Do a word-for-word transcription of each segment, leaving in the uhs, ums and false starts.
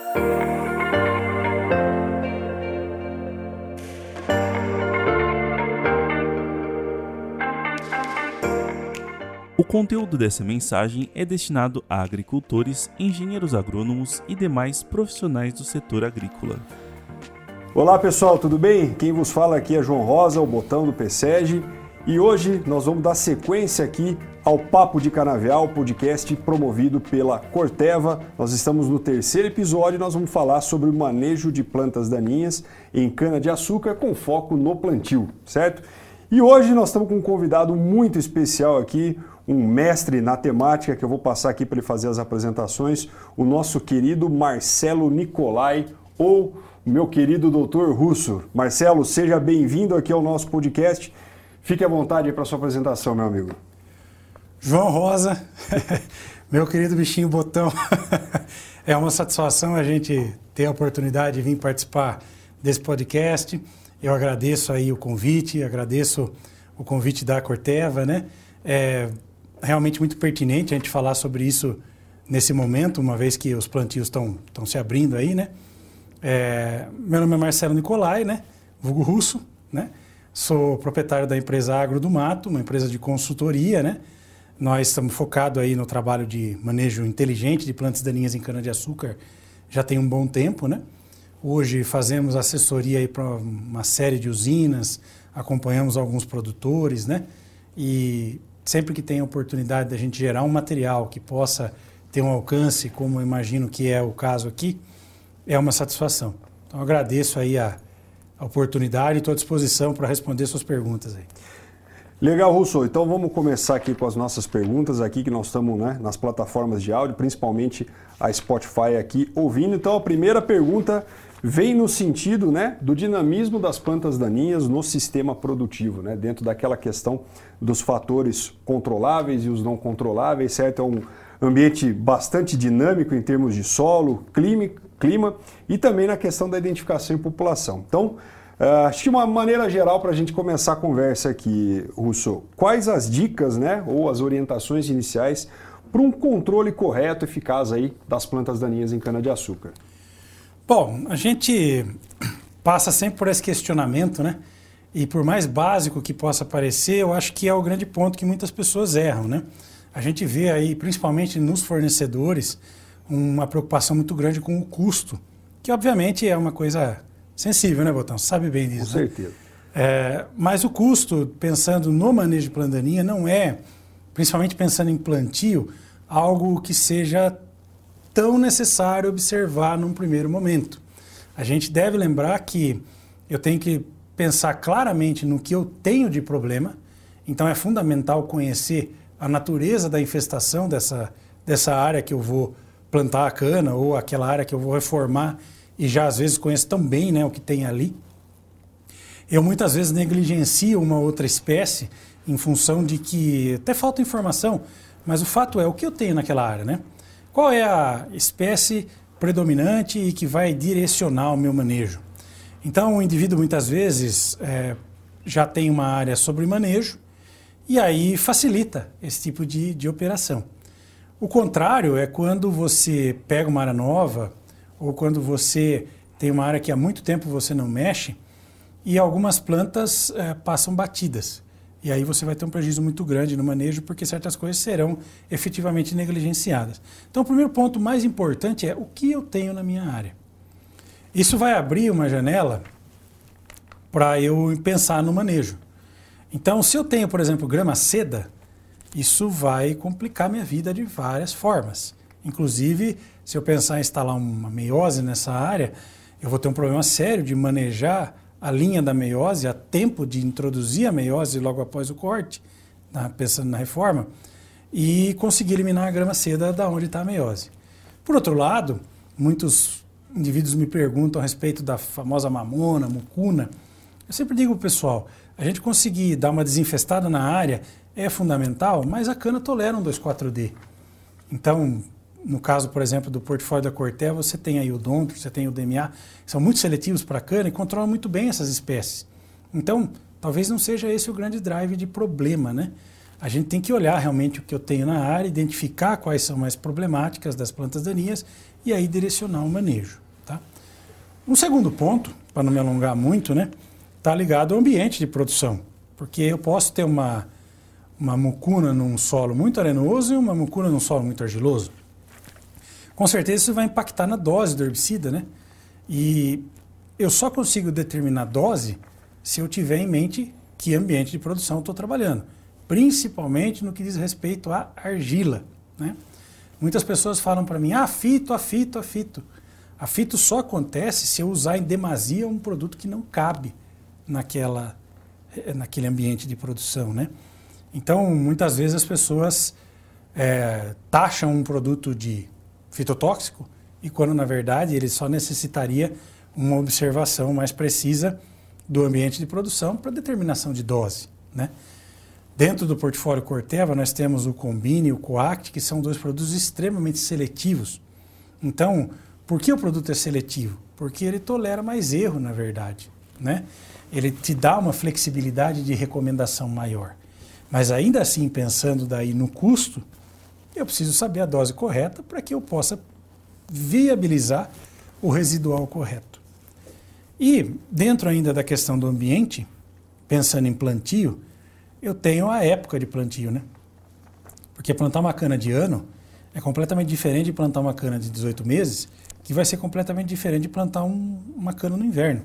O conteúdo dessa mensagem é destinado a agricultores, engenheiros agrônomos e demais profissionais do setor agrícola. Olá pessoal, tudo bem? Quem vos fala aqui é João Rosa, o Botão do P S E G, e hoje nós vamos dar sequência aqui ao Papo de Canavial, podcast promovido pela Corteva. Nós estamos no terceiro episódio e nós vamos falar sobre o manejo de plantas daninhas em cana-de-açúcar com foco no plantio, certo? E hoje nós estamos com um convidado muito especial aqui, um mestre na temática, que eu vou passar aqui para ele fazer as apresentações, o nosso querido Marcelo Nicolai, ou o meu querido doutor Russo. Marcelo, seja bem-vindo aqui ao nosso podcast. Fique à vontade para a sua apresentação, meu amigo. João Rosa, meu querido bichinho Botão, é uma satisfação a gente ter a oportunidade de vir participar desse podcast. Eu agradeço aí o convite, agradeço o convite da Corteva, né? É realmente muito pertinente a gente falar sobre isso nesse momento, uma vez que os plantios estão estão se abrindo aí, né? É, meu nome é Marcelo Nicolai, né? Vulgo Russo, né? Sou proprietário da empresa Agro do Mato, uma empresa de consultoria, né? Nós estamos focados aí no trabalho de manejo inteligente de plantas daninhas em cana-de-açúcar já tem um bom tempo, né? Hoje fazemos assessoria aí para uma série de usinas, acompanhamos alguns produtores, né? E sempre que tem a oportunidade da gente gerar um material que possa ter um alcance, como eu imagino que é o caso aqui, é uma satisfação. Então, agradeço aí a, a oportunidade e estou à disposição para responder suas perguntas aí. Legal, Russo. Então, vamos começar aqui com as nossas perguntas aqui, que nós estamos, né, nas plataformas de áudio, principalmente a Spotify aqui ouvindo. Então, a primeira pergunta vem no sentido, né, do dinamismo das plantas daninhas no sistema produtivo, né, dentro daquela questão dos fatores controláveis e os não controláveis, certo? É um ambiente bastante dinâmico em termos de solo, clima, clima e também na questão da identificação e população. Então, uh, acho que uma maneira geral para a gente começar a conversa aqui, Russo, quais as dicas, né, ou as orientações iniciais para um controle correto e eficaz aí das plantas daninhas em cana-de-açúcar? Bom, a gente passa sempre por esse questionamento, né? E por mais básico que possa parecer, eu acho que é o grande ponto que muitas pessoas erram, né? A gente vê aí, principalmente nos fornecedores, uma preocupação muito grande com o custo, que obviamente é uma coisa sensível, né, Botão? Você sabe bem disso, com né? certeza. É, mas o custo, pensando no manejo de planta daninha, não é, principalmente pensando em plantio, algo que seja tão necessário observar num primeiro momento. A gente deve lembrar que eu tenho que pensar claramente no que eu tenho de problema, então é fundamental conhecer a natureza da infestação dessa, dessa área que eu vou plantar a cana ou aquela área que eu vou reformar e já às vezes conheço tão bem, né, o que tem ali. Eu muitas vezes negligencio uma outra espécie em função de que até falta informação, mas o fato é o que eu tenho naquela área, né? Qual é a espécie predominante e que vai direcionar o meu manejo? Então, o indivíduo muitas vezes é, já tem uma área sobre manejo e aí facilita esse tipo de, de operação. O contrário é quando você pega uma área nova ou quando você tem uma área que há muito tempo você não mexe e algumas plantas é, passam batidas. E aí você vai ter um prejuízo muito grande no manejo porque certas coisas serão efetivamente negligenciadas. Então, o primeiro ponto mais importante é o que eu tenho na minha área. Isso vai abrir uma janela para eu pensar no manejo. Então, se eu tenho, por exemplo, grama seda, isso vai complicar minha vida de várias formas. Inclusive, se eu pensar em instalar uma meiose nessa área, eu vou ter um problema sério de manejar a linha da meiose a tempo de introduzir a meiose logo após o corte, tá? Pensando na reforma, e conseguir eliminar a grama seda da onde está a meiose. Por outro lado, muitos indivíduos me perguntam a respeito da famosa mamona, mucuna. Eu sempre digo para o pessoal, a gente conseguir dar uma desinfestada na área é fundamental, mas a cana tolera um dois quatro D. Então, no caso, por exemplo, do portfólio da Corteva, você tem aí o Dontro, você tem o D M A, que são muito seletivos para a cana e controlam muito bem essas espécies. Então, talvez não seja esse o grande drive de problema, né? A gente tem que olhar realmente o que eu tenho na área, identificar quais são mais problemáticas das plantas daninhas e aí direcionar o manejo. Tá? Um segundo ponto, para não me alongar muito, né, está ligado ao ambiente de produção. Porque eu posso ter uma, uma mucuna num solo muito arenoso e uma mucuna num solo muito argiloso. Com certeza isso vai impactar na dose do herbicida, né? E eu só consigo determinar a dose se eu tiver em mente que ambiente de produção eu estou trabalhando. Principalmente no que diz respeito à argila, né? Muitas pessoas falam para mim, ah, fito, afito, afito. Afito só acontece se eu usar em demasia um produto que não cabe naquela, naquele ambiente de produção, né? Então, muitas vezes as pessoas é, taxam um produto de fitotóxico e quando, na verdade, ele só necessitaria uma observação mais precisa do ambiente de produção para determinação de dose, né? Dentro do portfólio Corteva, nós temos o Combine e o Coact, que são dois produtos extremamente seletivos. Então, por que o produto é seletivo? Porque ele tolera mais erro, na verdade, né? Ele te dá uma flexibilidade de recomendação maior. Mas ainda assim, pensando daí no custo, eu preciso saber a dose correta para que eu possa viabilizar o residual correto. E, dentro ainda da questão do ambiente, pensando em plantio, eu tenho a época de plantio, né? Porque plantar uma cana de ano é completamente diferente de plantar uma cana de dezoito meses, que vai ser completamente diferente de plantar um, uma cana no inverno.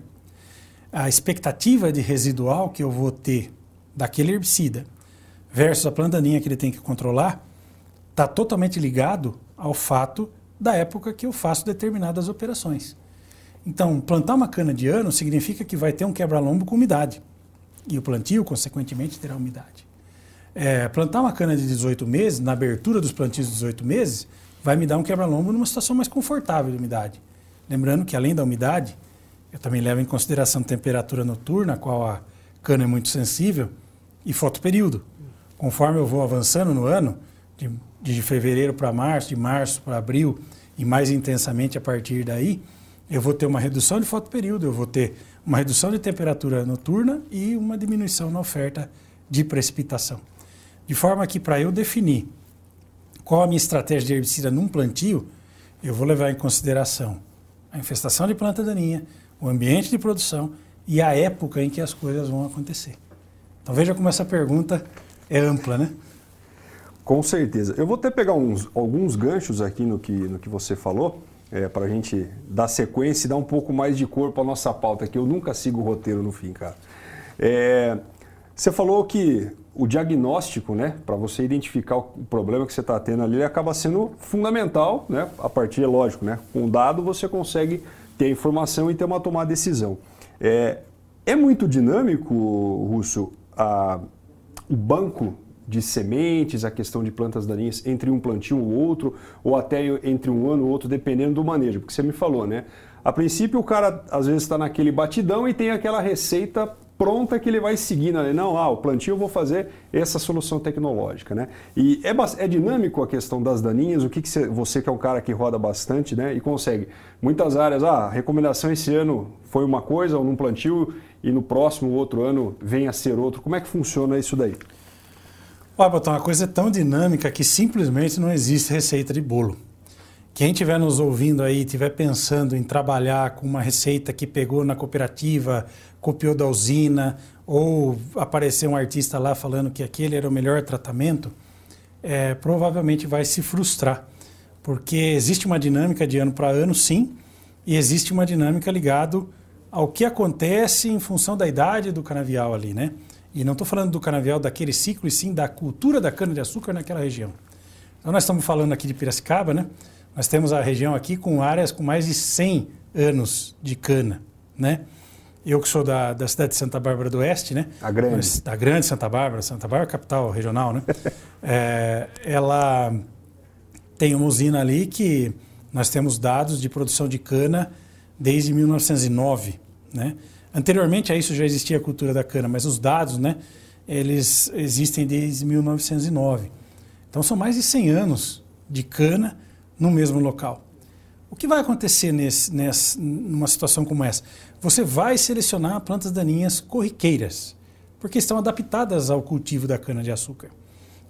A expectativa de residual que eu vou ter daquele herbicida versus a planta daninha que ele tem que controlar está totalmente ligado ao fato da época que eu faço determinadas operações. Então, plantar uma cana de ano significa que vai ter um quebra-lombo com umidade. E o plantio, consequentemente, terá umidade. É, plantar uma cana de dezoito meses, na abertura dos plantios de dezoito meses, vai me dar um quebra-lombo numa situação mais confortável de umidade. Lembrando que, além da umidade, eu também levo em consideração a temperatura noturna, a qual a cana é muito sensível, e fotoperíodo. Conforme eu vou avançando no ano, de, de fevereiro para março, de março para abril, e mais intensamente a partir daí, eu vou ter uma redução de fotoperíodo, eu vou ter uma redução de temperatura noturna e uma diminuição na oferta de precipitação. De forma que, para eu definir qual a minha estratégia de herbicida num plantio, eu vou levar em consideração a infestação de planta daninha, o ambiente de produção e a época em que as coisas vão acontecer. Então veja como essa pergunta é ampla, né? Com certeza. Eu vou até pegar uns, alguns ganchos aqui no que, no que você falou, é, para a gente dar sequência e dar um pouco mais de corpo à nossa pauta, que eu nunca sigo o roteiro no fim, cara. É, você falou que o diagnóstico, né, para você identificar o problema que você está tendo ali, ele acaba sendo fundamental, né, a partir, é lógico, né, com o dado você consegue ter a informação e ter uma tomada de decisão. É, é muito dinâmico, Russo, a, o banco de sementes, a questão de plantas daninhas entre um plantio ou outro, ou até entre um ano ou outro, dependendo do manejo, porque você me falou, né? A princípio o cara às vezes está naquele batidão e tem aquela receita pronta que ele vai seguindo, né? Não, ah, o plantio eu vou fazer essa solução tecnológica, né? E é, é dinâmico a questão das daninhas, o que, que você, você que é um cara que roda bastante, né? E consegue, muitas áreas, ah, a recomendação esse ano foi uma coisa, ou num plantio, e no próximo outro ano vem a ser outro. Como é que funciona isso daí? Olha, Botão, a coisa é tão dinâmica que simplesmente não existe receita de bolo. Quem estiver nos ouvindo aí, estiver pensando em trabalhar com uma receita que pegou na cooperativa, copiou da usina, ou apareceu um artista lá falando que aquele era o melhor tratamento, é, provavelmente vai se frustrar. Porque existe uma dinâmica de ano para ano, sim, e existe uma dinâmica ligada ao que acontece em função da idade do canavial ali, né? E não estou falando do canavial daquele ciclo, e sim da cultura da cana-de-açúcar naquela região. Então nós estamos falando aqui de Piracicaba, né? Nós temos a região aqui com áreas com mais de cem anos de cana, né? Eu que sou da, da cidade de Santa Bárbara do Oeste, né? A grande. Mas, da grande Santa Bárbara, Santa Bárbara capital regional, né? é, ela tem uma usina ali que nós temos dados de produção de cana desde mil novecentos e nove, né? Anteriormente a isso já existia a cultura da cana, mas os dados, né, eles existem desde mil novecentos e nove. Então são mais de cem anos de cana no mesmo local. O que vai acontecer nesse, nessa, numa situação como essa? Você vai selecionar plantas daninhas corriqueiras, porque estão adaptadas ao cultivo da cana-de-açúcar.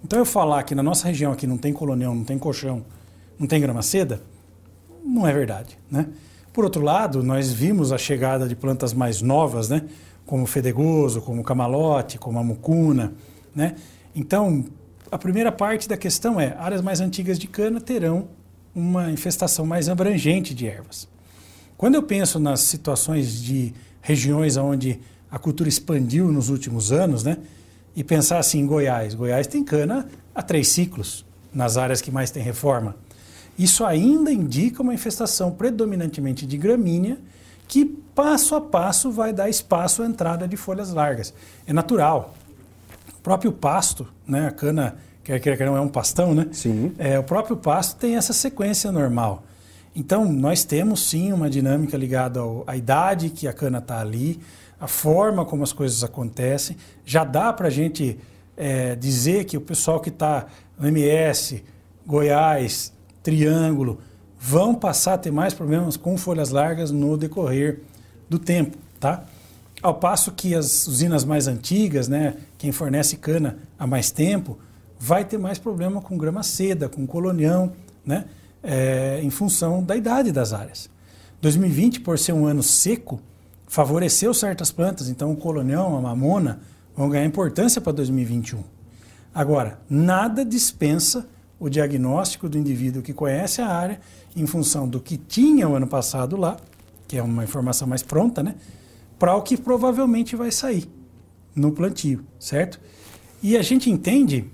Então eu falar que na nossa região aqui não tem colonião, não tem colchão, não tem grama seda, não é verdade, né? Por outro lado, nós vimos a chegada de plantas mais novas, né? Como o fedegoso, como o camalote, como a mucuna, né? Então, a primeira parte da questão é, áreas mais antigas de cana terão uma infestação mais abrangente de ervas. Quando eu penso nas situações de regiões onde a cultura expandiu nos últimos anos, né? E pensar assim em Goiás. Goiás tem cana há três ciclos, nas áreas que mais tem reforma. Isso ainda indica uma infestação predominantemente de gramínea, que passo a passo vai dar espaço à entrada de folhas largas. É natural. O próprio pasto, né? A cana, quer queira, quer não, é um pastão, né? Sim. É, o próprio pasto tem essa sequência normal. Então, nós temos sim uma dinâmica ligada ao, à idade que a cana está ali, a forma como as coisas acontecem. Já dá para a gente é, dizer que o pessoal que está no M S, Goiás, Triângulo, vão passar a ter mais problemas com folhas largas no decorrer do tempo, tá? Ao passo que as usinas mais antigas, né, quem fornece cana há mais tempo, vai ter mais problema com grama seda, com colonião, né, é, em função da idade das áreas. dois mil e vinte, por ser um ano seco, favoreceu certas plantas, então o colonião, a mamona, vão ganhar importância para dois mil e vinte e um. Agora, nada dispensa o diagnóstico do indivíduo que conhece a área em função do que tinha o ano passado lá, que é uma informação mais pronta, né, para o que provavelmente vai sair no plantio, certo? E a gente entende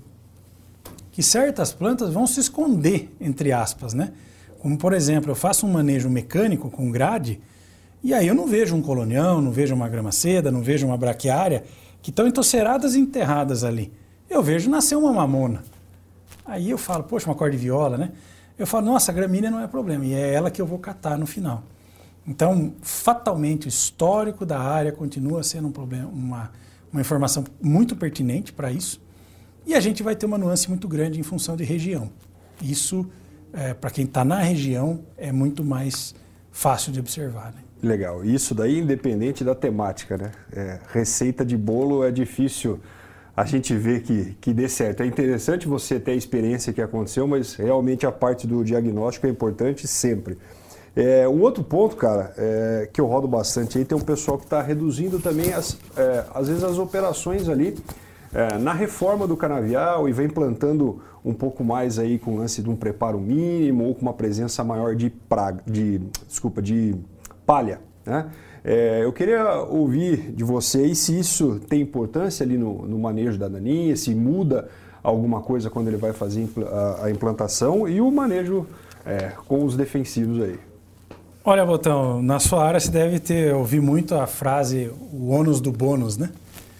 que certas plantas vão se esconder, entre aspas, né? Como, por exemplo, eu faço um manejo mecânico com grade e aí eu não vejo um colonião, não vejo uma grama seda, não vejo uma braquiária que estão entoceradas e enterradas ali. Eu vejo nascer uma mamona. Aí eu falo, poxa, uma cordiviola, né? Eu falo, nossa, a gramínea não é problema, e é ela que eu vou catar no final. Então, fatalmente, o histórico da área continua sendo um problema, uma, uma informação muito pertinente para isso, e a gente vai ter uma nuance muito grande em função de região. Isso, é, para quem está na região, é muito mais fácil de observar, né? Legal. Isso daí independente da temática, né? É, receita de bolo é difícil a gente ver que, que dê certo. É interessante você ter a experiência que aconteceu, mas realmente a parte do diagnóstico é importante sempre. É, um outro ponto, cara, é, que eu rodo bastante aí, tem um pessoal que está reduzindo também, as, é, às vezes, as operações ali é, na reforma do canavial e vem plantando um pouco mais aí com o lance de um preparo mínimo ou com uma presença maior de praga, de, desculpa, de palha, né? É, eu queria ouvir de vocês se isso tem importância ali no, no manejo da daninha, se muda alguma coisa quando ele vai fazer a, a implantação e o manejo é, com os defensivos aí. Olha, Botão, na sua área você deve ter ouvido muito a frase o ônus do bônus, né?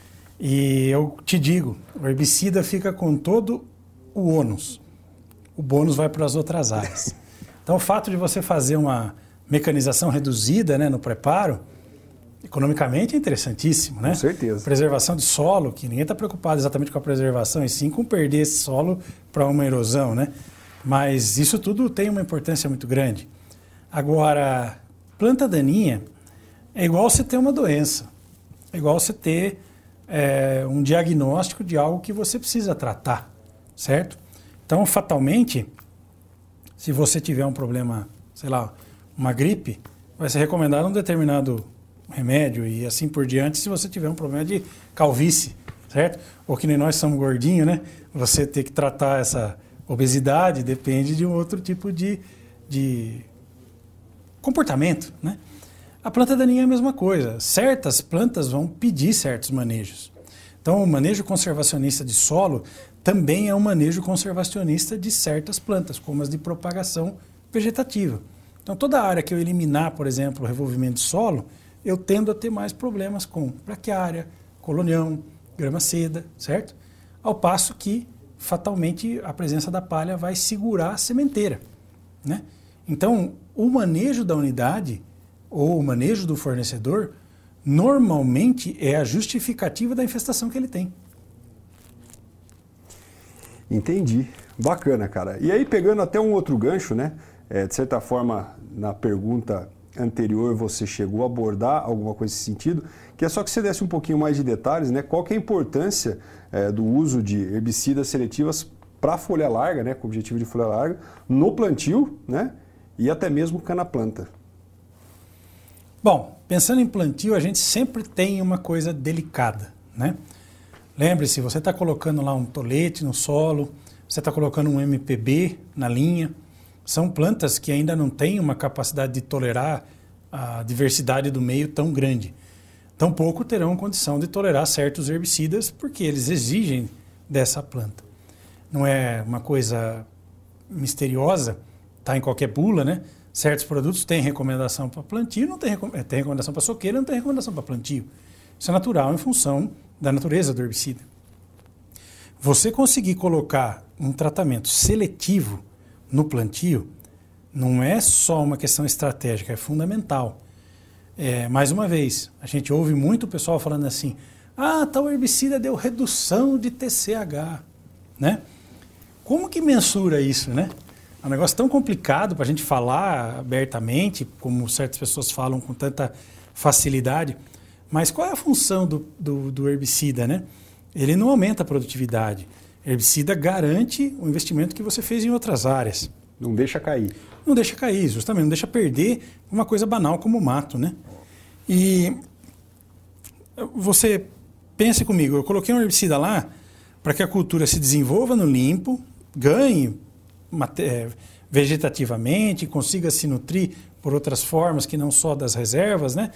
E eu te digo, o herbicida fica com todo o ônus. O bônus vai para as outras áreas. Então o fato de você fazer uma mecanização reduzida, né, no preparo, economicamente é interessantíssimo, né? Com certeza. Preservação de solo, que ninguém está preocupado exatamente com a preservação, e sim com perder esse solo para uma erosão, né? Mas isso tudo tem uma importância muito grande. Agora, planta daninha é igual você ter uma doença, é igual você ter é, um diagnóstico de algo que você precisa tratar, certo? Então, fatalmente, se você tiver um problema, sei lá, uma gripe, vai ser recomendado um determinado remédio e assim por diante se você tiver um problema de calvície, certo? Ou que nem nós somos gordinhos, né? Você ter que tratar essa obesidade depende de um outro tipo de, de comportamento, né? A planta daninha é a mesma coisa. Certas plantas vão pedir certos manejos. Então, o manejo conservacionista de solo também é um manejo conservacionista de certas plantas, como as de propagação vegetativa. Então, toda área que eu eliminar, por exemplo, o revolvimento de solo, eu tendo a ter mais problemas com braquiária, colonião, grama seda, certo? Ao passo que, fatalmente, a presença da palha vai segurar a sementeira, né? Então, o manejo da unidade ou o manejo do fornecedor, normalmente é a justificativa da infestação que ele tem. Entendi. Bacana, cara. E aí, pegando até um outro gancho, né? É, de certa forma, na pergunta anterior você chegou a abordar alguma coisa nesse sentido, que é só que você desse um pouquinho mais de detalhes, né? Qual que é a importância é, do uso de herbicidas seletivas para folha larga, né? Com objetivo de folha larga, no plantio, né? E até mesmo cana-planta. Bom, pensando em plantio, a gente sempre tem uma coisa delicada, né? Lembre-se, você está colocando lá um tolete no solo, você está colocando um M P B na linha, são plantas que ainda não têm uma capacidade de tolerar a diversidade do meio tão grande. Tampouco terão condição de tolerar certos herbicidas, porque eles exigem dessa planta. Não é uma coisa misteriosa, está em qualquer bula, né? Certos produtos têm recomendação para plantio, não tem, recom tem recomendação para soqueira, não tem recomendação para plantio. Isso é natural em função da natureza do herbicida. Você conseguir colocar um tratamento seletivo no plantio não é só uma questão estratégica, é fundamental. É, mais uma vez, a gente ouve muito o pessoal falando assim, ah, tal herbicida deu redução de T C H, né? Como que mensura isso, né? É um negócio tão complicado para a gente falar abertamente, como certas pessoas falam com tanta facilidade. Mas qual é a função do, do, do herbicida, né? Ele não aumenta a produtividade. Herbicida garante o investimento que você fez em outras áreas. Não deixa cair. Não deixa cair, justamente. Não deixa perder uma coisa banal como o mato, né? E você pense comigo, eu coloquei um herbicida lá para que a cultura se desenvolva no limpo, ganhe vegetativamente, consiga se nutrir por outras formas que não só das reservas, né?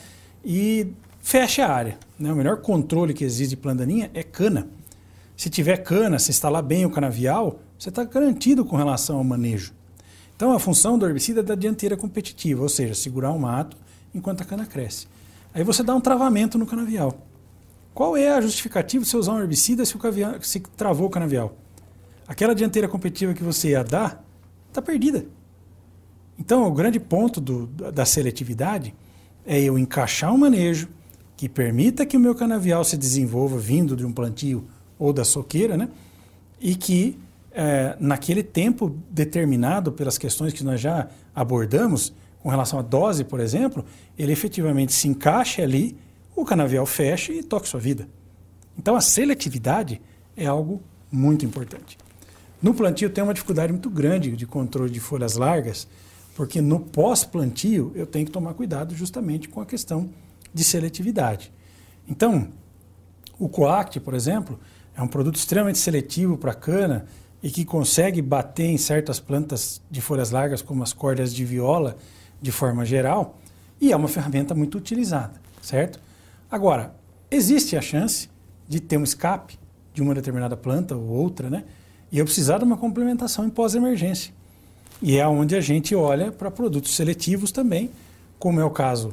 E feche a área, né? O melhor controle que existe de planta daninha é cana. Se tiver cana, se instalar bem o canavial, você está garantido com relação ao manejo. Então a função do herbicida é da dianteira competitiva, ou seja, segurar o mato enquanto a cana cresce. Aí você dá um travamento no canavial. Qual é a justificativa de você usar um herbicida se, o cavial, se travou o canavial? Aquela dianteira competitiva que você ia dar, está perdida. Então, o grande ponto do, da seletividade é eu encaixar um manejo que permita que o meu canavial se desenvolva vindo de um plantio ou da soqueira, né? E que, é, naquele tempo determinado pelas questões que nós já abordamos, com relação à dose, por exemplo, ele efetivamente se encaixe ali, o canavial feche e toque sua vida. Então, a seletividade é algo muito importante. No plantio tem uma dificuldade muito grande de controle de folhas largas, porque no pós-plantio eu tenho que tomar cuidado justamente com a questão de seletividade. Então, o Coact, por exemplo, é um produto extremamente seletivo para a cana e que consegue bater em certas plantas de folhas largas, como as cordas de viola, de forma geral, e é uma ferramenta muito utilizada, certo? Agora, existe a chance de ter um escape de uma determinada planta ou outra, né? E eu precisar de uma complementação em pós-emergência. E é onde a gente olha para produtos seletivos também, como é o caso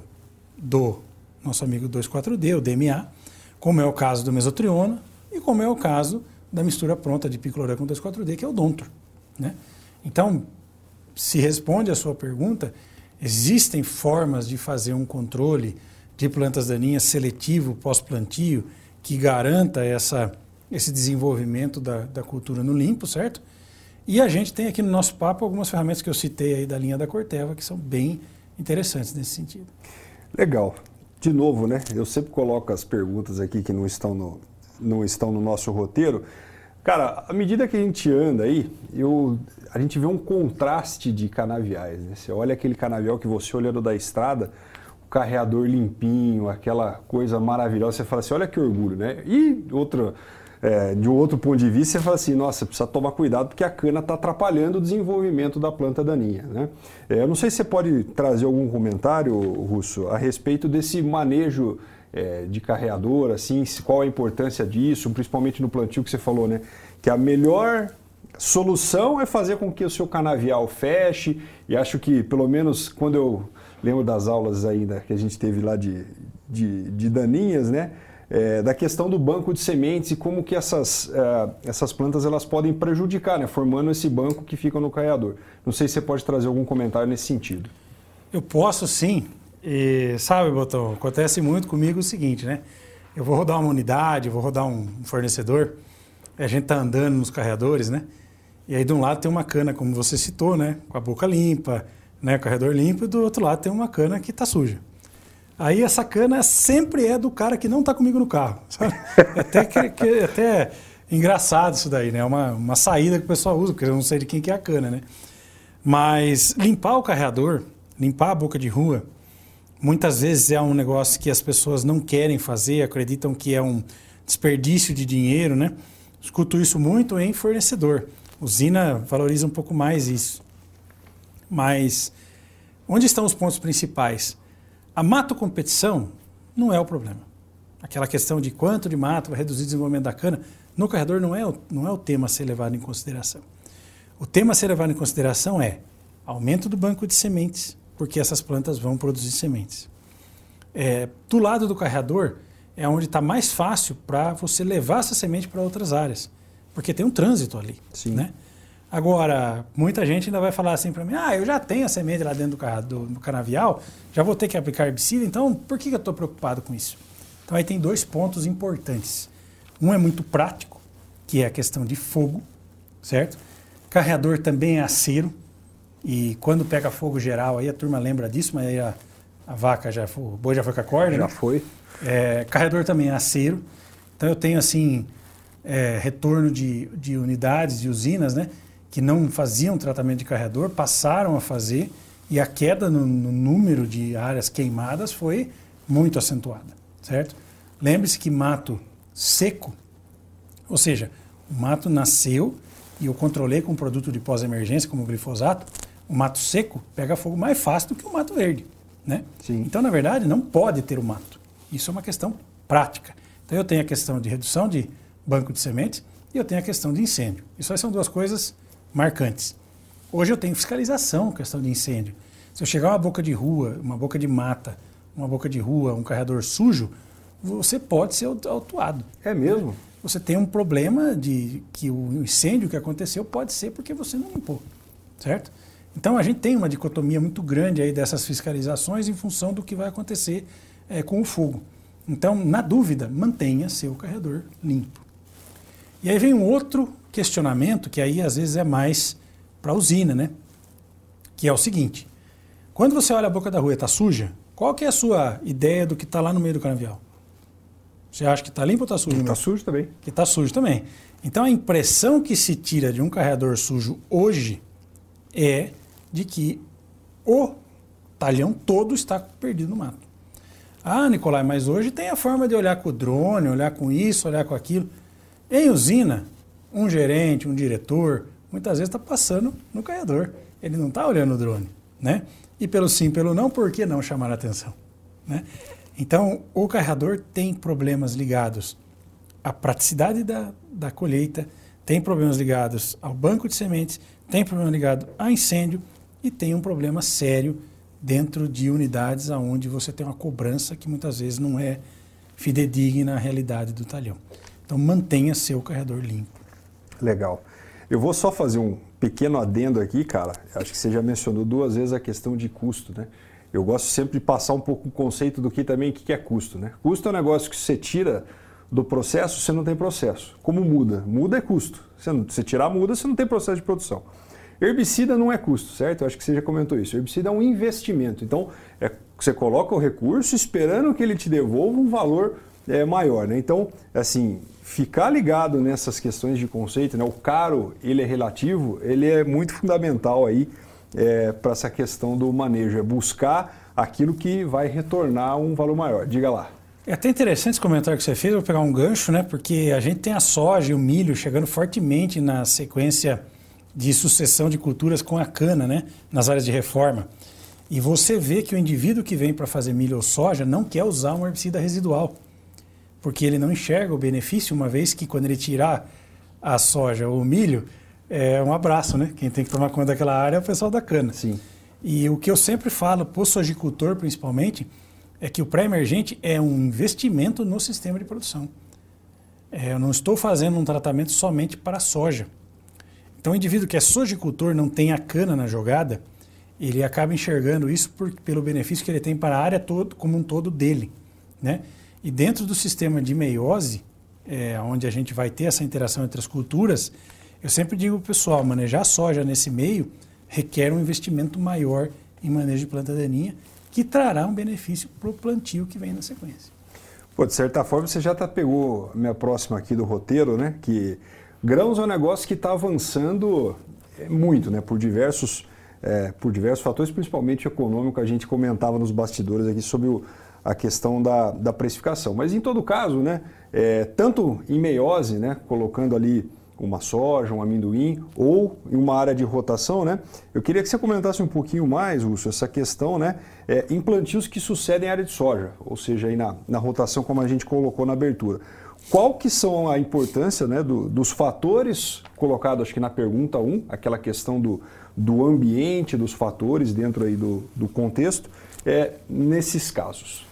do nosso amigo dois quatro D, o D M A, como é o caso do mesotriona e como é o caso da mistura pronta de picloram com dois quatro D, que é o Dontor, né? Então, se responde a sua pergunta, existem formas de fazer um controle de plantas daninhas seletivo pós-plantio que garanta essa, esse desenvolvimento da, da cultura no limpo, certo? E a gente tem aqui no nosso papo algumas ferramentas que eu citei aí da linha da Corteva, que são bem interessantes nesse sentido. Legal. De novo, né? Eu sempre coloco as perguntas aqui que não estão no, não estão no nosso roteiro. Cara, à medida que a gente anda aí, eu, a gente vê um contraste de canaviais, né? Você olha aquele canavial que você olhando da estrada, o carreador limpinho, aquela coisa maravilhosa, você fala assim, olha que orgulho, né? E outra... É, de um outro ponto de vista, você fala assim, nossa, precisa tomar cuidado porque a cana está atrapalhando o desenvolvimento da planta daninha, né? É, eu não sei se você pode trazer algum comentário, Russo, a respeito desse manejo é, de carreador, assim, qual a importância disso, principalmente no plantio que você falou, né? Que a melhor solução é fazer com que o seu canavial feche, e acho que, pelo menos, quando eu lembro das aulas ainda que a gente teve lá de, de, de daninhas, né? É, da questão do banco de sementes e como que essas, uh, essas plantas elas podem prejudicar, né, formando esse banco que fica no carreador. Não sei se você pode trazer algum comentário nesse sentido. Eu posso sim. E, sabe, Botão, acontece muito comigo o seguinte, né? Eu vou rodar uma unidade, vou rodar um fornecedor, a gente está andando nos carreadores, né? E aí de um lado tem uma cana, como você citou, né? Com a boca limpa, né, corredor limpo, e do outro lado tem uma cana que está suja. Aí essa cana sempre é do cara que não está comigo no carro. Sabe? É até, que, que, até engraçado isso daí, né? É uma, uma saída que o pessoal usa, porque eu não sei de quem que é a cana, né? Mas limpar o carreador, limpar a boca de rua, muitas vezes é um negócio que as pessoas não querem fazer, acreditam que é um desperdício de dinheiro, né? Escuto isso muito em fornecedor. Usina valoriza um pouco mais isso. Mas onde estão os pontos principais? A mato competição não é o problema. Aquela questão de quanto de mato vai reduzir o desenvolvimento da cana, no corredor não é, o, não é o tema a ser levado em consideração. O tema a ser levado em consideração é aumento do banco de sementes, porque essas plantas vão produzir sementes. É, do lado do carreador é onde está mais fácil para você levar essa semente para outras áreas, porque tem um trânsito ali. Sim. Né? Agora, muita gente ainda vai falar assim para mim, ah, eu já tenho a semente lá dentro do, do, do canavial, já vou ter que aplicar herbicida, então por que, que eu estou preocupado com isso? Então aí tem dois pontos importantes. Um é muito prático, que é a questão de fogo, certo? Carreador também é aceiro, e quando pega fogo geral, aí a turma lembra disso, mas aí a, a vaca já foi, o boi já foi com a corda, Já né? foi. É, carreador também é aceiro, então eu tenho assim, é, retorno de, de unidades, de usinas, né? Que não faziam tratamento de carreador, passaram a fazer, e a queda no, no número de áreas queimadas foi muito acentuada, certo? Lembre-se que mato seco, ou seja, o mato nasceu e eu controlei com um produto de pós-emergência, como o glifosato, o mato seco pega fogo mais fácil do que o mato verde, né? Sim. Então, na verdade, não pode ter o mato. Isso é uma questão prática. Então, eu tenho a questão de redução de banco de sementes e eu tenho a questão de incêndio. Isso aí são duas coisas marcantes. Hoje eu tenho fiscalização, questão de incêndio. Se eu chegar uma boca de rua, uma boca de mata, uma boca de rua, um carreador sujo, você pode ser autuado. É mesmo? Você tem um problema de que o incêndio que aconteceu pode ser porque você não limpou, certo? Então a gente tem uma dicotomia muito grande aí dessas fiscalizações em função do que vai acontecer é, com o fogo. Então, na dúvida, mantenha seu carreador limpo. E aí vem um outro questionamento, que aí às vezes é mais para a usina, né? Que é o seguinte, quando você olha a boca da rua e está suja, qual que é a sua ideia do que está lá no meio do canavial? Você acha que está limpo ou está sujo? Está sujo também. Que está sujo também. Então a impressão que se tira de um carreador sujo hoje é de que o talhão todo está perdido no mato. Ah, Nicolai, mas hoje tem a forma de olhar com o drone, olhar com isso, olhar com aquilo. Em usina, um gerente, um diretor, muitas vezes está passando no carreador. Ele não está olhando o drone, né? E pelo sim, pelo não, por que não chamar a atenção? Né? Então, o carreador tem problemas ligados à praticidade da, da colheita, tem problemas ligados ao banco de sementes, tem problema ligado a incêndio e tem um problema sério dentro de unidades onde você tem uma cobrança que muitas vezes não é fidedigna à realidade do talhão. Então, mantenha seu carreador limpo. Legal. Eu vou só fazer um pequeno adendo aqui, cara. Acho que você já mencionou duas vezes a questão de custo, né? Eu gosto sempre de passar um pouco o conceito do que também o que é custo, né? Custo é um negócio que você tira do processo, você não tem processo. Como muda? Muda é custo. Você, não, você tirar muda, você não tem processo de produção. Herbicida não é custo, certo? Eu acho que você já comentou isso. Herbicida é um investimento. Então, é, você coloca o recurso esperando que ele te devolva um valor é, maior, né? Então, assim, ficar ligado nessas questões de conceito, né? O caro, ele é relativo, ele é muito fundamental aí é, para essa questão do manejo. É buscar aquilo que vai retornar um valor maior. Diga lá. É até interessante esse comentário que você fez, eu vou pegar um gancho, né? Porque a gente tem a soja e o milho chegando fortemente na sequência de sucessão de culturas com a cana, né? Nas áreas de reforma. E você vê que o indivíduo que vem para fazer milho ou soja não quer usar um herbicida residual, porque ele não enxerga o benefício, uma vez que quando ele tirar a soja ou o milho, é um abraço, né? Quem tem que tomar conta daquela área é o pessoal da cana. Sim. E o que eu sempre falo, para o sojicultor principalmente, é que o pré-emergente é um investimento no sistema de produção. É, eu não estou fazendo um tratamento somente para a soja. Então o indivíduo que é sojicultor, não tem a cana na jogada, ele acaba enxergando isso por, pelo benefício que ele tem para a área todo, como um todo dele, né? E dentro do sistema de meiose, é, onde a gente vai ter essa interação entre as culturas, eu sempre digo para o pessoal, manejar soja nesse meio requer um investimento maior em manejo de planta daninha, que trará um benefício para o plantio que vem na sequência. Pô, de certa forma, você já tá, pegou a minha próxima aqui do roteiro, né? Que grãos é um negócio que está avançando muito, né? Por diversos, é, por diversos fatores, principalmente econômico, a gente comentava nos bastidores aqui sobre o, a questão da, da precificação. Mas em todo caso, né? É, tanto em meiose, né? Colocando ali uma soja, um amendoim, ou em uma área de rotação, né? Eu queria que você comentasse um pouquinho mais, Russo, essa questão, né? É, em plantios que sucedem a área de soja, ou seja, aí na, na rotação, como a gente colocou na abertura. Qual que são a importância, né, do, dos fatores colocados, acho que na pergunta um, aquela questão do, do ambiente, dos fatores dentro aí do, do contexto, é, nesses casos?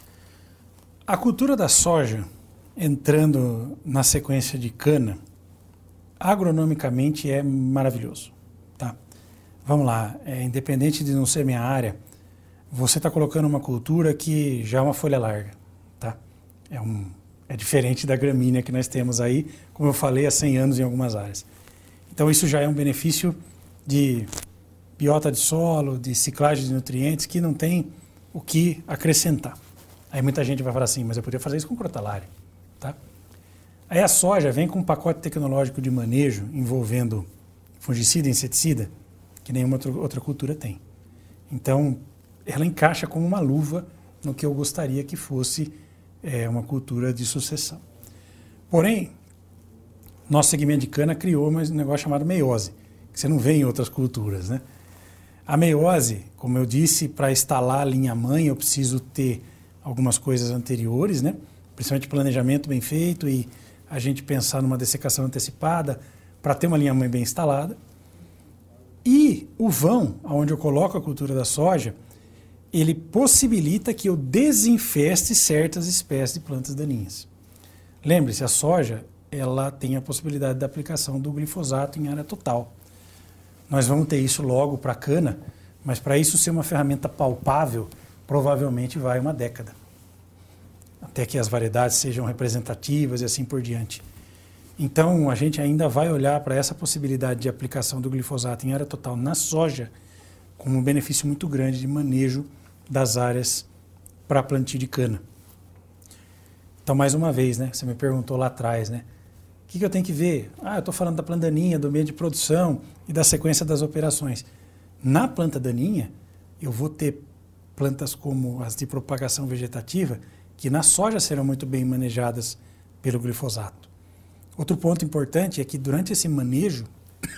A cultura da soja, entrando na sequência de cana, agronomicamente é maravilhoso. Tá? Vamos lá, é, independente de não ser minha área, você está colocando uma cultura que já é uma folha larga. Tá? É, um, é diferente da gramínea que nós temos aí, como eu falei, há cem anos em algumas áreas. Então isso já é um benefício de biota de solo, de ciclagem de nutrientes, que não tem o que acrescentar. Aí muita gente vai falar assim, mas eu poderia fazer isso com crotalária. Tá? Aí a soja vem com um pacote tecnológico de manejo envolvendo fungicida e inseticida que nenhuma outra cultura tem. Então, ela encaixa como uma luva no que eu gostaria que fosse é, uma cultura de sucessão. Porém, nosso segmento de cana criou um negócio chamado meiose, que você não vê em outras culturas, né? A meiose, como eu disse, para instalar a linha-mãe eu preciso ter algumas coisas anteriores, né? Principalmente planejamento bem feito e a gente pensar numa dessecação antecipada para ter uma linha-mãe bem instalada. E o vão, onde eu coloco a cultura da soja, ele possibilita que eu desinfeste certas espécies de plantas daninhas. Lembre-se, a soja ela tem a possibilidade da aplicação do glifosato em área total. Nós vamos ter isso logo para a cana, mas para isso ser uma ferramenta palpável, provavelmente vai uma década. Até que as variedades sejam representativas e assim por diante. Então, a gente ainda vai olhar para essa possibilidade de aplicação do glifosato em área total na soja como um benefício muito grande de manejo das áreas para plantio de cana. Então, mais uma vez, né, você me perguntou lá atrás, né, o que, que eu tenho que ver? Ah, eu estou falando da planta daninha, do meio de produção e da sequência das operações. Na planta daninha, eu vou ter plantas como as de propagação vegetativa, que na soja serão muito bem manejadas pelo glifosato. Outro ponto importante é que durante esse manejo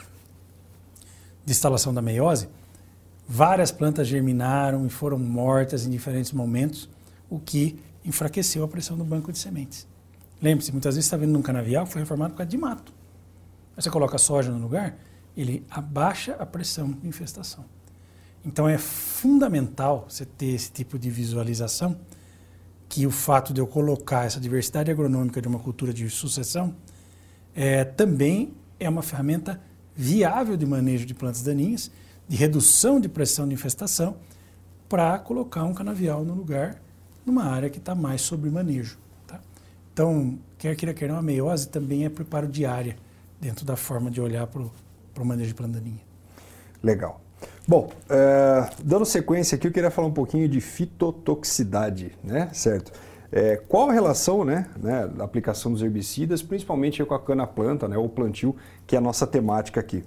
de instalação da meiose, várias plantas germinaram e foram mortas em diferentes momentos, o que enfraqueceu a pressão do banco de sementes. Lembre-se, muitas vezes você está vendo num canavial que foi reformado por causa de mato. Aí você coloca a soja no lugar, ele abaixa a pressão de infestação. Então é fundamental você ter esse tipo de visualização, que o fato de eu colocar essa diversidade agronômica de uma cultura de sucessão é, também é uma ferramenta viável de manejo de plantas daninhas, de redução de pressão de infestação, para colocar um canavial no lugar, numa área que está mais sobre manejo. Tá? Então, quer queira, quer não, a meiose também é preparo de área, dentro da forma de olhar para o manejo de planta daninha. Legal. Bom, é, dando sequência aqui, eu queria falar um pouquinho de fitotoxicidade, né? Certo? É, qual a relação, né, né, da aplicação dos herbicidas, principalmente com a cana-planta, né, ou plantio, que é a nossa temática aqui?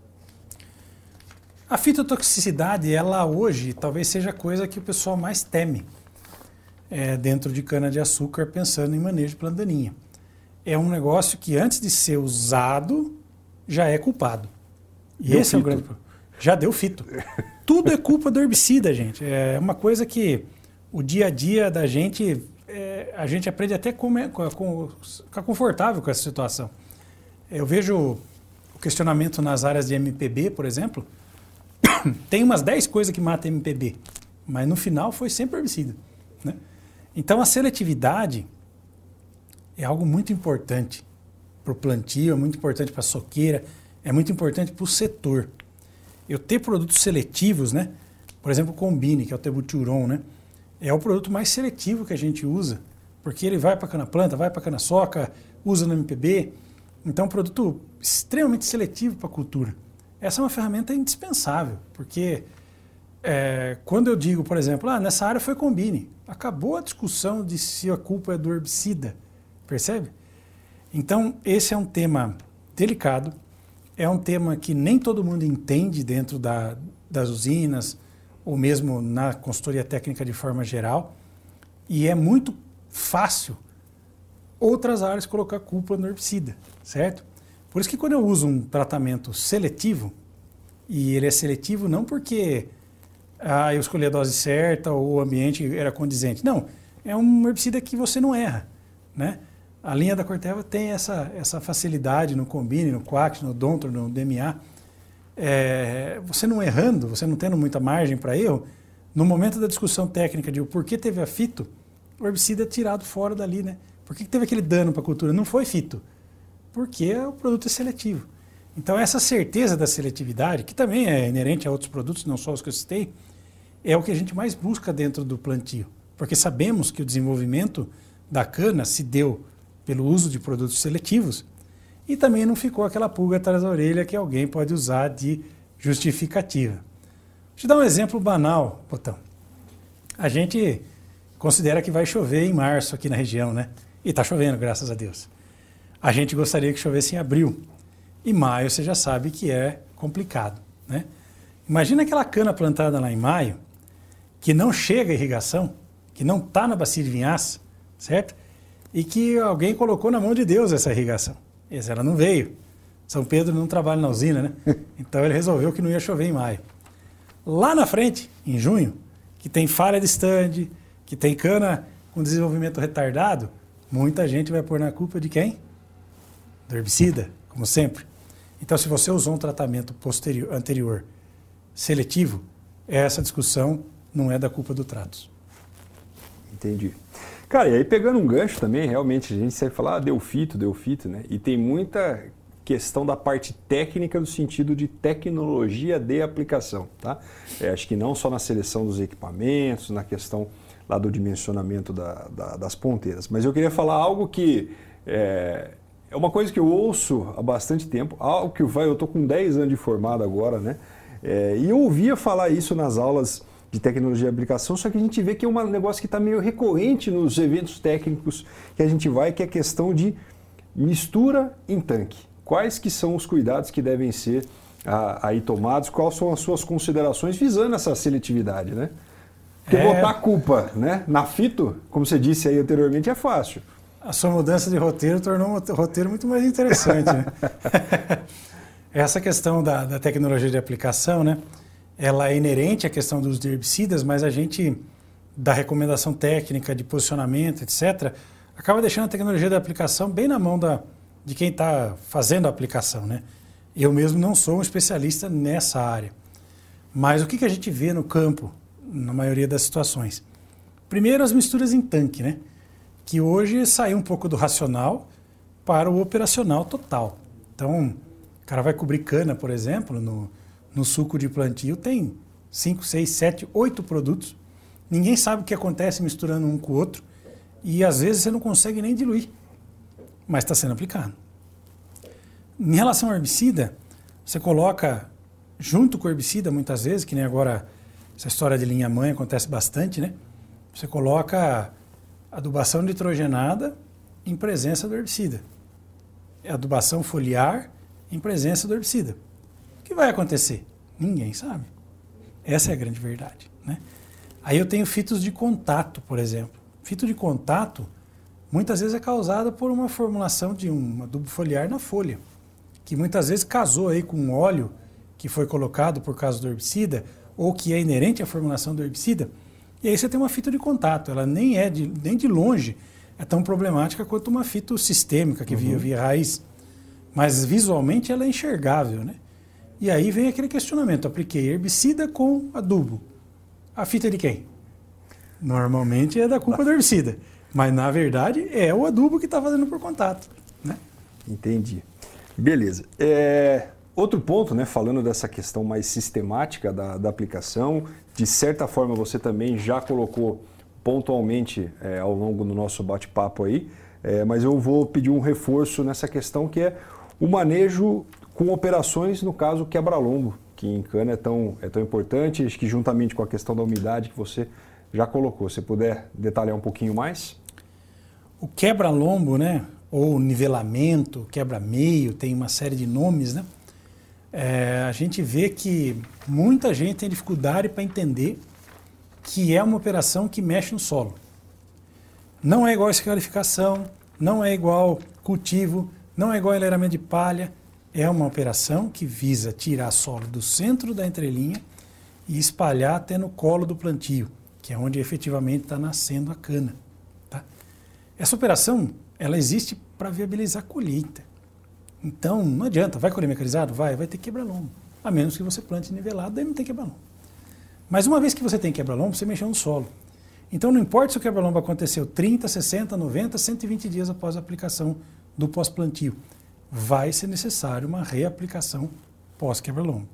A fitotoxicidade, ela hoje, talvez seja a coisa que o pessoal mais teme é, dentro de cana-de-açúcar, pensando em manejo de planta daninha. É um negócio que, antes de ser usado, já é culpado. E Deu esse fito. é o grande problema. Já deu fito. Tudo é culpa do herbicida, gente. É uma coisa que o dia a dia da gente, é, a gente aprende até a ficar confortável com essa situação. Eu vejo o questionamento nas áreas de M P B, por exemplo, tem umas dez coisas que matam M P B, mas no final foi sempre herbicida. Né? Então a seletividade é algo muito importante para o plantio, é muito importante para a soqueira, é muito importante para o setor. Eu ter produtos seletivos, né? Por exemplo, o Combine, que é o Tebuturon, né? É o produto mais seletivo que a gente usa, porque ele vai para a cana-planta, vai para a cana-soca, usa no M P B. Então, é um produto extremamente seletivo para a cultura. Essa é uma ferramenta indispensável, porque é, quando eu digo, por exemplo, ah, nessa área foi combine, acabou a discussão de se a culpa é do herbicida, percebe? Então, esse é um tema delicado, é um tema que nem todo mundo entende dentro da, das usinas, ou mesmo na consultoria técnica de forma geral, e é muito fácil outras áreas colocar culpa no herbicida, certo? Por isso que quando eu uso um tratamento seletivo, e ele é seletivo não porque ah, eu escolhi a dose certa ou o ambiente era condizente, não, é um herbicida que você não erra, né? A linha da Corteva tem essa, essa facilidade no Combine, no Quax, no Dontor, no D M A. É, você não errando, você não tendo muita margem para erro, no momento da discussão técnica de o porquê teve a fito, o herbicida é tirado fora dali, né? Por que teve aquele dano para a cultura? Não foi fito, porque o produto é seletivo. Então essa certeza da seletividade, que também é inerente a outros produtos, não só os que eu citei, é o que a gente mais busca dentro do plantio. Porque sabemos que o desenvolvimento da cana se deu pelo uso de produtos seletivos e também não ficou aquela pulga atrás da orelha que alguém pode usar de justificativa. Deixa eu dar um exemplo banal, Botão. A gente considera que vai chover em março aqui na região, né? E está chovendo, graças a Deus. A gente gostaria que chovesse em abril. E maio você já sabe que é complicado, né? Imagina aquela cana plantada lá em maio, que não chega a irrigação, que não está na bacia de vinhaça, certo? E que alguém colocou na mão de Deus essa irrigação. Essa ela não veio. São Pedro não trabalha na usina, né? Então ele resolveu que não ia chover em maio. Lá na frente, em junho, que tem falha de stand, que tem cana com desenvolvimento retardado, muita gente vai pôr na culpa de quem? Do herbicida, como sempre. Então, se você usou um tratamento posterior, anterior seletivo, essa discussão não é da culpa do Tratos. Entendi. Cara, e aí pegando um gancho também, realmente, a gente sempre fala, ah, deu fito, deu fito, né? E tem muita questão da parte técnica no sentido de tecnologia de aplicação, tá? É, acho que não só na seleção dos equipamentos, na questão lá do dimensionamento da, da, das ponteiras. Mas eu queria falar algo que é, é uma coisa que eu ouço há bastante tempo, algo que vai, eu estou com dez anos de formado agora, né? É, e eu ouvia falar isso nas aulas de tecnologia de aplicação, só que a gente vê que é um negócio que está meio recorrente nos eventos técnicos que a gente vai, que é a questão de mistura em tanque. Quais que são os cuidados que devem ser ah, aí tomados, quais são as suas considerações visando essa seletividade, né? Porque é... botar a culpa, né, na fito, como você disse aí anteriormente, é fácil. A sua mudança de roteiro tornou um roteiro muito mais interessante, né? Essa questão da, da tecnologia de aplicação, né? Ela é inerente à questão dos herbicidas, mas a gente, da recomendação técnica, de posicionamento, etcétera, acaba deixando a tecnologia de aplicação bem na mão da, de quem está fazendo a aplicação, né? Eu mesmo não sou um especialista nessa área. Mas o que, que a gente vê no campo, na maioria das situações? Primeiro, as misturas em tanque, né? Que hoje saiu um pouco do racional para o operacional total. Então, o cara vai cobrir cana, por exemplo, no... No suco de plantio tem cinco, seis, sete, oito produtos. Ninguém sabe o que acontece misturando um com o outro. E às vezes você não consegue nem diluir. Mas está sendo aplicado. Em relação ao herbicida, você coloca junto com o herbicida, muitas vezes, que nem agora essa história de linha-mãe acontece bastante, né? Você coloca adubação nitrogenada em presença do herbicida. Adubação foliar em presença do herbicida. O que vai acontecer? Ninguém sabe. Essa é a grande verdade, né? Aí eu tenho fitos de contato, por exemplo. Fito de contato, muitas vezes é causada por uma formulação de um adubo foliar na folha, que muitas vezes casou aí com um óleo que foi colocado por causa do herbicida, ou que é inerente à formulação do herbicida, e aí você tem uma fito de contato. Ela nem é, de, nem de longe, é tão problemática quanto uma fito sistêmica, que uhum. via, via raiz. Mas visualmente ela é enxergável, né? E aí vem aquele questionamento, apliquei herbicida com adubo. A fita é de quem? Normalmente é da culpa do herbicida, mas na verdade é o adubo que está fazendo por contato, né? Entendi. Beleza. É, outro ponto, né, falando dessa questão mais sistemática da, da aplicação, de certa forma você também já colocou pontualmente é, ao longo do nosso bate-papo aí, é, mas eu vou pedir um reforço nessa questão que é o manejo com operações, no caso, quebra-lombo, que em cana é tão, é tão importante, acho que juntamente com a questão da umidade que você já colocou. Se puder detalhar um pouquinho mais? O quebra-lombo, né, ou nivelamento, quebra-meio, tem uma série de nomes, né? É, a gente vê que muita gente tem dificuldade para entender que é uma operação que mexe no solo. Não é igual escarificação, não é igual cultivo, não é igual enleiramento de palha. É uma operação que visa tirar solo do centro da entrelinha e espalhar até no colo do plantio, que é onde efetivamente está nascendo a cana. Tá? Essa operação, ela existe para viabilizar a colheita. Então, não adianta, vai colher mecanizado? Vai, vai ter quebra-lombo. A menos que você plante nivelado, daí não tem quebra-lombo. Mas uma vez que você tem quebra-lombo, você mexeu no solo. Então, não importa se o quebra-lombo aconteceu trinta, sessenta, noventa, cento e vinte dias após a aplicação do pós-plantio. Vai ser necessário uma reaplicação pós-quebra-lombo.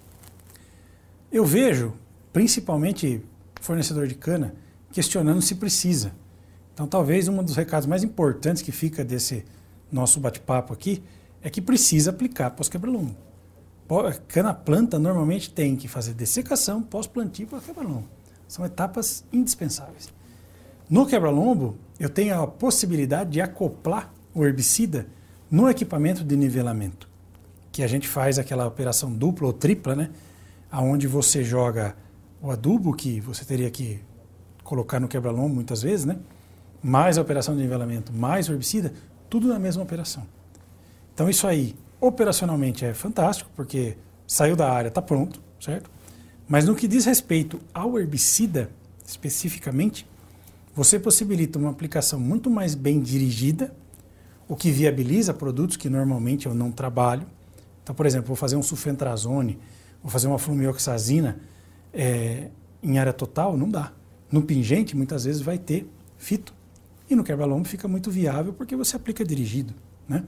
Eu vejo, principalmente fornecedor de cana, questionando se precisa. Então, talvez um dos recados mais importantes que fica desse nosso bate-papo aqui é que precisa aplicar pós-quebra-lombo. Cana planta normalmente tem que fazer dessecação, pós-plantio e pós-quebra-lombo. São etapas indispensáveis. No quebra-lombo, eu tenho a possibilidade de acoplar o herbicida no equipamento de nivelamento, que a gente faz aquela operação dupla ou tripla, né? Onde você joga o adubo, que você teria que colocar no quebra-lombo muitas vezes, né? Mais a operação de nivelamento, mais o herbicida, tudo na mesma operação. Então isso aí, operacionalmente é fantástico, porque saiu da área, está pronto, certo? Mas no que diz respeito ao herbicida, especificamente, você possibilita uma aplicação muito mais bem dirigida, o que viabiliza produtos que normalmente eu não trabalho. Então, por exemplo, vou fazer um sulfentrazone, vou fazer uma flumioxazina é, em área total, não dá. No pingente, muitas vezes vai ter fito. E no quebra-lombo fica muito viável porque você aplica dirigido, né?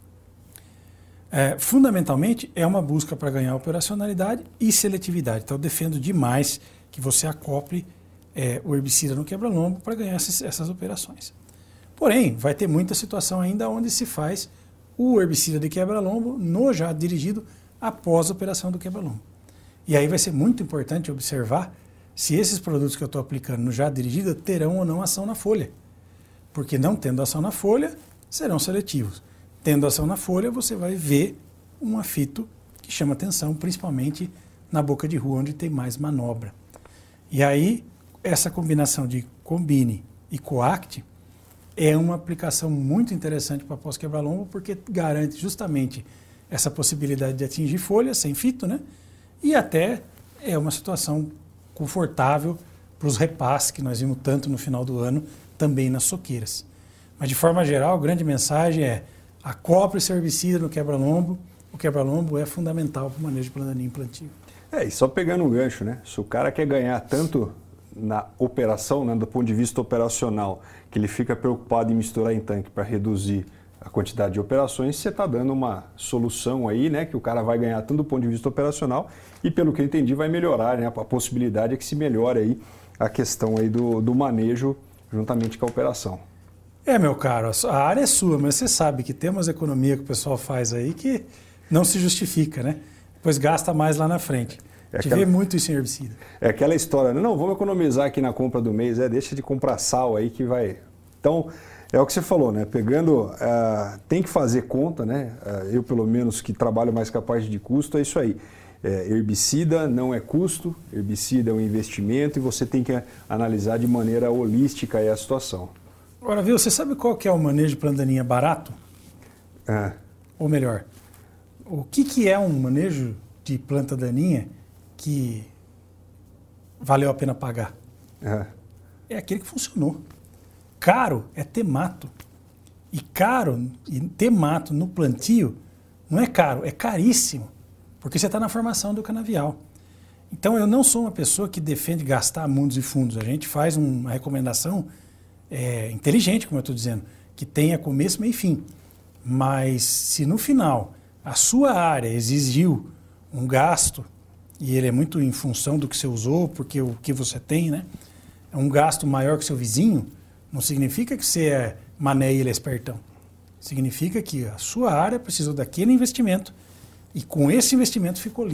É, fundamentalmente, é uma busca para ganhar operacionalidade e seletividade. Então, eu defendo demais que você acople é, o herbicida no quebra-lombo para ganhar essas, essas operações. Porém, vai ter muita situação ainda onde se faz o herbicida de quebra-lombo no jato dirigido após a operação do quebra-lombo. E aí vai ser muito importante observar se esses produtos que eu estou aplicando no jato dirigido terão ou não ação na folha. Porque não tendo ação na folha, serão seletivos. Tendo ação na folha, você vai ver um afito que chama atenção, principalmente na boca de rua, onde tem mais manobra. E aí, essa combinação de Combine e Coact é uma aplicação muito interessante para pós-quebra-lombo, porque garante justamente essa possibilidade de atingir folha sem fito, né? E até é uma situação confortável para os repasses que nós vimos tanto no final do ano, também nas soqueiras. Mas, de forma geral, a grande mensagem é: acople esse herbicida no quebra-lombo. O quebra-lombo é fundamental para o manejo de planta daninha em plantio. É, e só pegando um gancho, né? Se o cara quer ganhar tanto na operação, né, do ponto de vista operacional, que ele fica preocupado em misturar em tanque para reduzir a quantidade de operações, você está dando uma solução aí, né, que o cara vai ganhar tanto do ponto de vista operacional e, pelo que eu entendi, vai melhorar, né? A possibilidade é que se melhore aí a questão aí do, do manejo juntamente com a operação. É, meu caro, a área é sua, mas você sabe que tem umas economias que o pessoal faz aí que não se justifica, né? Depois gasta mais lá na frente. É A gente aquela... vê muito isso em herbicida. É aquela história, né? Não, vamos economizar aqui na compra do mês, é, deixa de comprar sal aí que vai... Então, é o que você falou, né? Pegando, uh, tem que fazer conta, né? Uh, eu, pelo menos, que trabalho mais com a parte de custo, é isso aí. É, herbicida não é custo, herbicida é um investimento e você tem que analisar de maneira holística aí a situação. Agora, viu, você sabe qual que é o manejo de planta daninha barato? É. Ou melhor, o que, que é um manejo de planta daninha que valeu a pena pagar? É. É aquele que funcionou. Caro é ter mato. E caro, e ter mato no plantio, não é caro, é caríssimo. Porque você está na formação do canavial. Então, eu não sou uma pessoa que defende gastar mundos e fundos. A gente faz uma recomendação é, inteligente, como eu estou dizendo, que tenha começo, meio e fim. Mas se no final a sua área exigiu um gasto, e ele é muito em função do que você usou, porque o que você tem, né? É um gasto maior que o seu vizinho, não significa que você é mané e ele é espertão. Significa que a sua área precisou daquele investimento e com esse investimento ficou limpo.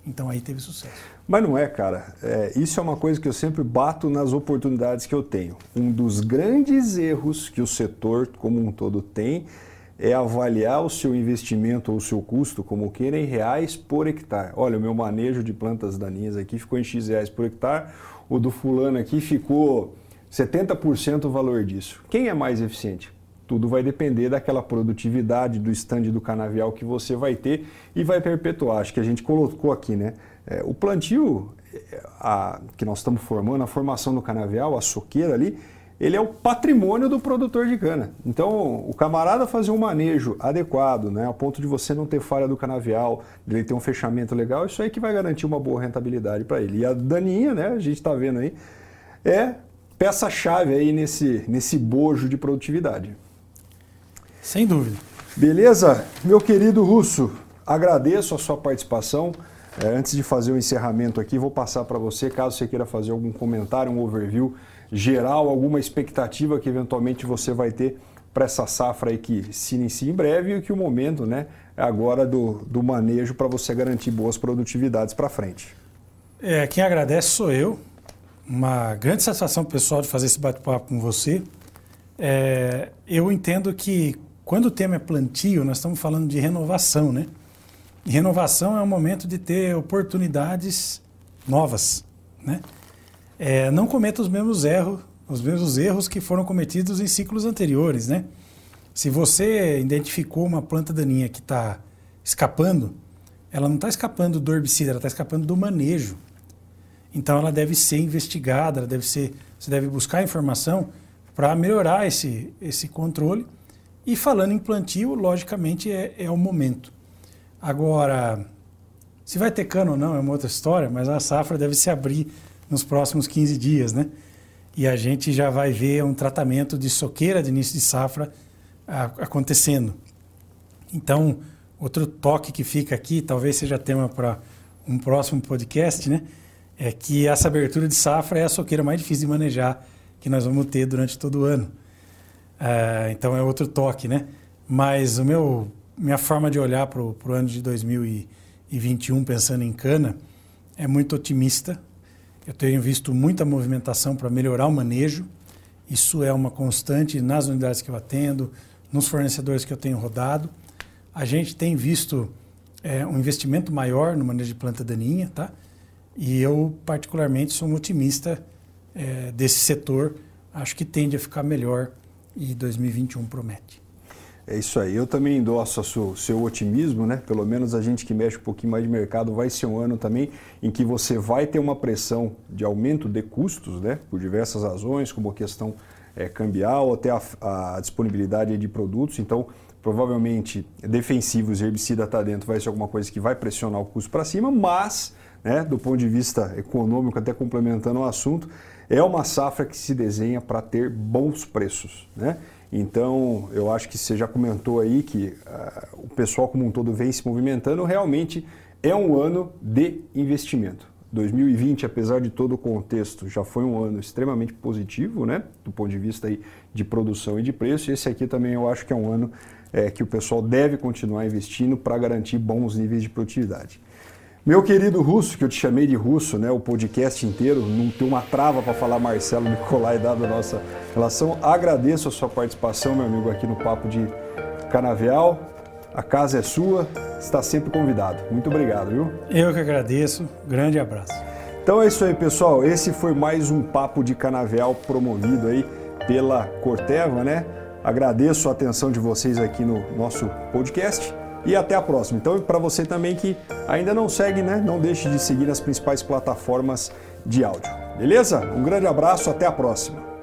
Então aí teve sucesso. Mas não é, cara. É, isso é uma coisa que eu sempre bato nas oportunidades que eu tenho. Um dos grandes erros que o setor como um todo tem é avaliar o seu investimento ou o seu custo, como queira, em reais por hectare. Olha, o meu manejo de plantas daninhas aqui ficou em X reais por hectare, o do fulano aqui ficou setenta por cento o valor disso. Quem é mais eficiente? Tudo vai depender daquela produtividade do stand do canavial que você vai ter e vai perpetuar. Acho que a gente colocou aqui, né? É, o plantio a, que nós estamos formando, a formação do canavial, a soqueira ali, ele é o patrimônio do produtor de cana. Então, o camarada fazer um manejo adequado, né, a ponto de você não ter falha do canavial, de ele ter um fechamento legal, isso aí que vai garantir uma boa rentabilidade para ele. E a daninha, né, a gente está vendo aí, é peça-chave aí nesse, nesse bojo de produtividade. Sem dúvida. Beleza? Meu querido Russo, agradeço a sua participação. É, antes de fazer o encerramento aqui, vou passar para você, caso você queira fazer algum comentário, um overview geral, alguma expectativa que eventualmente você vai ter para essa safra aí que se inicia em breve e que o momento, né, é agora do, do manejo para você garantir boas produtividades para frente. É, quem agradece sou eu. Uma grande satisfação pessoal de fazer esse bate-papo com você. É, eu entendo que quando o tema é plantio, nós estamos falando de renovação, né? E renovação é um momento de ter oportunidades novas, né? É, não cometa os mesmos erros, os mesmos erros que foram cometidos em ciclos anteriores, né? Se você identificou uma planta daninha que está escapando, ela não está escapando do herbicida, ela está escapando do manejo. Então ela deve ser investigada, ela deve ser, você deve buscar informação para melhorar esse, esse controle. E falando em plantio, logicamente é, é o momento. Agora, se vai ter cano ou não é uma outra história, mas a safra deve se abrir nos próximos quinze dias, né? E a gente já vai ver um tratamento de soqueira de início de safra a, acontecendo. Então, outro toque que fica aqui, talvez seja tema para um próximo podcast, né? É que essa abertura de safra é a soqueira mais difícil de manejar que nós vamos ter durante todo o ano. Uh, então é outro toque, né? Mas o meu, minha forma de olhar para o ano de dois mil e vinte e um, pensando em cana, é muito otimista. Eu tenho visto muita movimentação para melhorar o manejo. Isso é uma constante nas unidades que eu atendo, nos fornecedores que eu tenho rodado. A gente tem visto é, um investimento maior no manejo de planta daninha, tá? E eu, particularmente, sou um otimista é, desse setor. Acho que tende a ficar melhor e dois mil e vinte e um promete. É isso aí. Eu também endosso o seu, seu otimismo, né? Pelo menos a gente que mexe um pouquinho mais de mercado, vai ser um ano também em que você vai ter uma pressão de aumento de custos, né? Por diversas razões, como a questão é, cambial, até a, a disponibilidade de produtos. Então, provavelmente, defensivos e herbicida está dentro, vai ser alguma coisa que vai pressionar o custo para cima, mas, né, do ponto de vista econômico, até complementando o assunto, é uma safra que se desenha para ter bons preços, né? Então, eu acho que você já comentou aí que uh, o pessoal como um todo vem se movimentando, realmente é um ano de investimento. dois mil e vinte, apesar de todo o contexto, já foi um ano extremamente positivo, né? Do ponto de vista aí de produção e de preço. E esse aqui também eu acho que é um ano é, que o pessoal deve continuar investindo para garantir bons níveis de produtividade. Meu querido Russo, que eu te chamei de Russo, né, o podcast inteiro, não tem uma trava para falar Marcelo Nicolai, dada a nossa relação. Agradeço a sua participação, meu amigo, aqui no Papo de Canavial. A casa é sua, está sempre convidado. Muito obrigado, viu? Eu que agradeço. Grande abraço. Então é isso aí, pessoal. Esse foi mais um Papo de Canavial promovido aí pela Corteva, né? Agradeço a atenção de vocês aqui no nosso podcast. E até a próxima. Então, para você também que ainda não segue, né? Não deixe de seguir nas principais plataformas de áudio. Beleza? Um grande abraço, até a próxima.